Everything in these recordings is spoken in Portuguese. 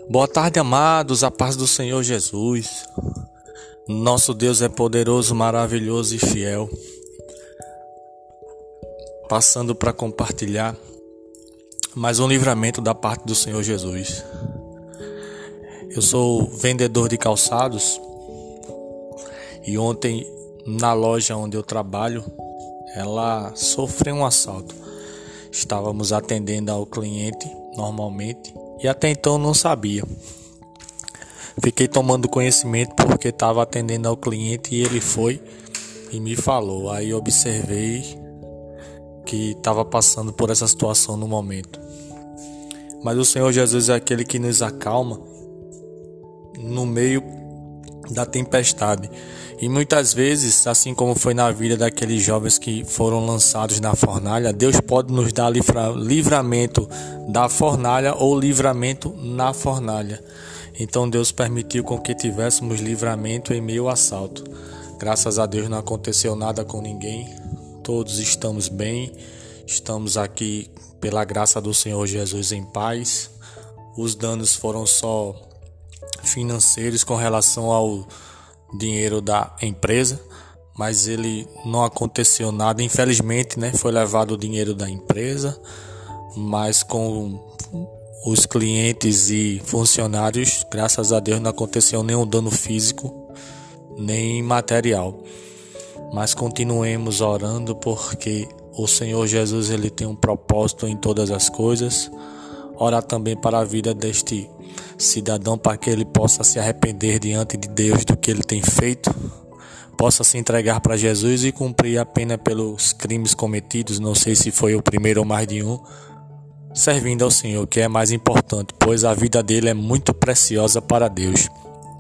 Boa tarde, amados, a paz do Senhor Jesus. Nosso Deus é poderoso, maravilhoso e fiel. Passando para compartilhar mais um livramento da parte do Senhor Jesus. Eu sou vendedor de calçados e ontem na loja onde eu trabalho, ela sofreu um assalto. Estávamos atendendo ao cliente normalmente e até então não sabia. Fiquei tomando conhecimento porque estava atendendo ao cliente e ele foi e me falou. Aí observei que estava passando por essa situação no momento. Mas o Senhor Jesus é aquele que nos acalma no meio da tempestade. E muitas vezes, assim como foi na vida daqueles jovens que foram lançados na fornalha, Deus pode nos dar livramento da fornalha ou livramento na fornalha. Então Deus permitiu com que tivéssemos livramento em meio ao assalto. Graças a Deus não aconteceu nada com ninguém. Todos estamos bem. Estamos aqui pela graça do Senhor Jesus em paz. Os danos foram só financeiros com relação ao dinheiro da empresa, mas ele não aconteceu nada, infelizmente, foi levado o dinheiro da empresa, mas com os clientes e funcionários, graças a Deus, não aconteceu nenhum dano físico nem material. Mas continuemos orando, porque o Senhor Jesus ele tem um propósito em todas as coisas. Orar também para a vida deste cidadão, para que ele possa se arrepender diante de Deus do que ele tem feito, possa se entregar para Jesus e cumprir a pena pelos crimes cometidos, não sei se foi o primeiro ou mais de um, servindo ao Senhor, que é mais importante, pois a vida dele é muito preciosa para Deus.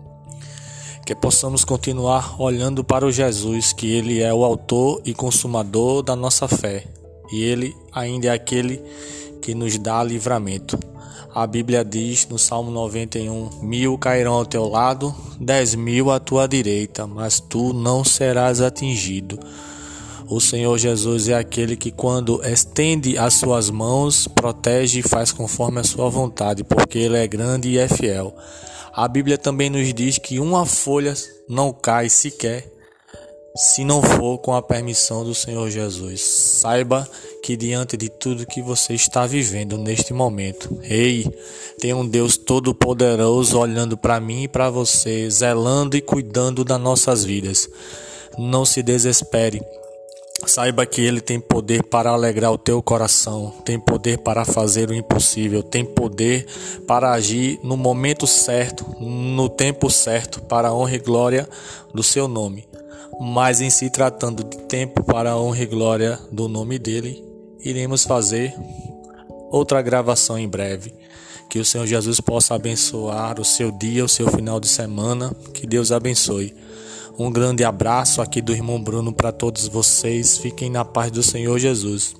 Que possamos continuar olhando para o Jesus, que ele é o autor e consumador da nossa fé, e ele ainda é aquele que nos dá livramento. A Bíblia diz no Salmo 91, 1000 cairão ao teu lado, 10.000 à tua direita, mas tu não serás atingido. O Senhor Jesus é aquele que quando estende as suas mãos, protege e faz conforme a sua vontade, porque ele é grande e é fiel. A Bíblia também nos diz que uma folha não cai sequer se não for com a permissão do Senhor Jesus. Saiba que diante de tudo que você está vivendo neste momento, tem um Deus todo-poderoso olhando para mim e para você, zelando e cuidando das nossas vidas. Não se desespere. Saiba que Ele tem poder para alegrar o teu coração, tem poder para fazer o impossível, tem poder para agir no momento certo, no tempo certo, para a honra e glória do seu nome. Mas em se tratando de tempo para a honra e glória do nome dele, iremos fazer outra gravação em breve. Que o Senhor Jesus possa abençoar o seu dia, o seu final de semana. Que Deus abençoe. Um grande abraço aqui do irmão Bruno para todos vocês. Fiquem na paz do Senhor Jesus.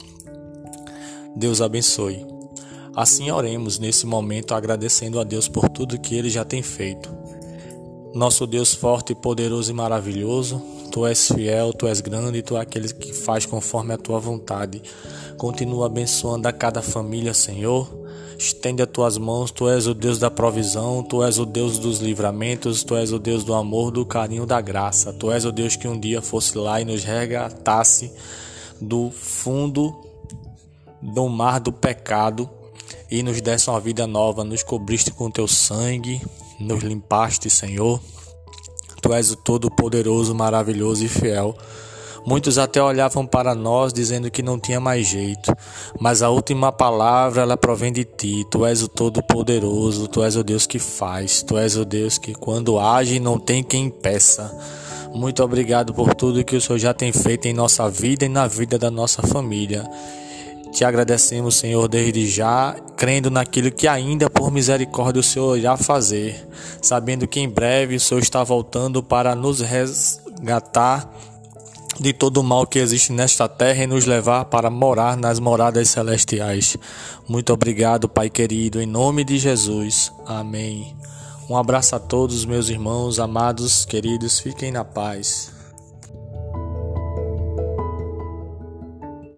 Deus abençoe. Assim oremos nesse momento, agradecendo a Deus por tudo que Ele já tem feito. Nosso Deus forte, poderoso e maravilhoso, Tu és fiel, Tu és grande, Tu és aquele que faz conforme a Tua vontade. Continua abençoando a cada família, Senhor. Estende as Tuas mãos, Tu és o Deus da provisão, Tu és o Deus dos livramentos, Tu és o Deus do amor, do carinho, da graça. Tu és o Deus que um dia fosse lá e nos resgatasse do fundo do mar do pecado e nos desse uma vida nova. Nos cobriste com Teu sangue, nos limpaste, Senhor. Tu és o todo-poderoso, maravilhoso e fiel. Muitos até olhavam para nós dizendo que não tinha mais jeito, mas a última palavra ela provém de Ti. Tu és o todo-poderoso, Tu és o Deus que faz, Tu és o Deus que quando age não tem quem impeça. Muito obrigado por tudo que o Senhor já tem feito em nossa vida e na vida da nossa família. Te agradecemos, Senhor, desde já, crendo naquilo que ainda por misericórdia o Senhor irá fazer, sabendo que em breve o Senhor está voltando para nos resgatar de todo o mal que existe nesta terra e nos levar para morar nas moradas celestiais. Muito obrigado, Pai querido, em nome de Jesus. Amém. Um abraço a todos, meus irmãos, amados, queridos, fiquem na paz.